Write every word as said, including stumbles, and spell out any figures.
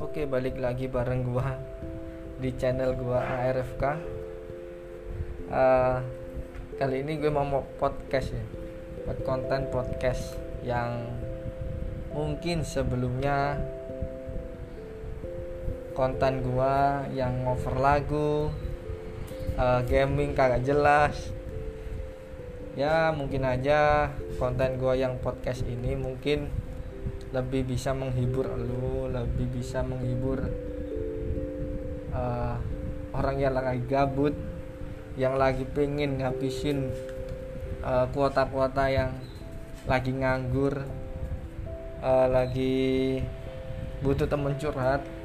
Oke, balik lagi bareng gua di channel gua A R F K. Uh, kali ini gue mau mau podcast ya, buat konten podcast yang mungkin sebelumnya konten gua yang cover lagu, uh, gaming kagak jelas. Ya mungkin aja konten gua yang podcast ini mungkin lebih bisa menghibur lu, lebih bisa menghibur uh, orang yang lagi gabut, yang lagi pengen ngabisin uh, kuota-kuota yang lagi nganggur, uh, lagi butuh temen curhat.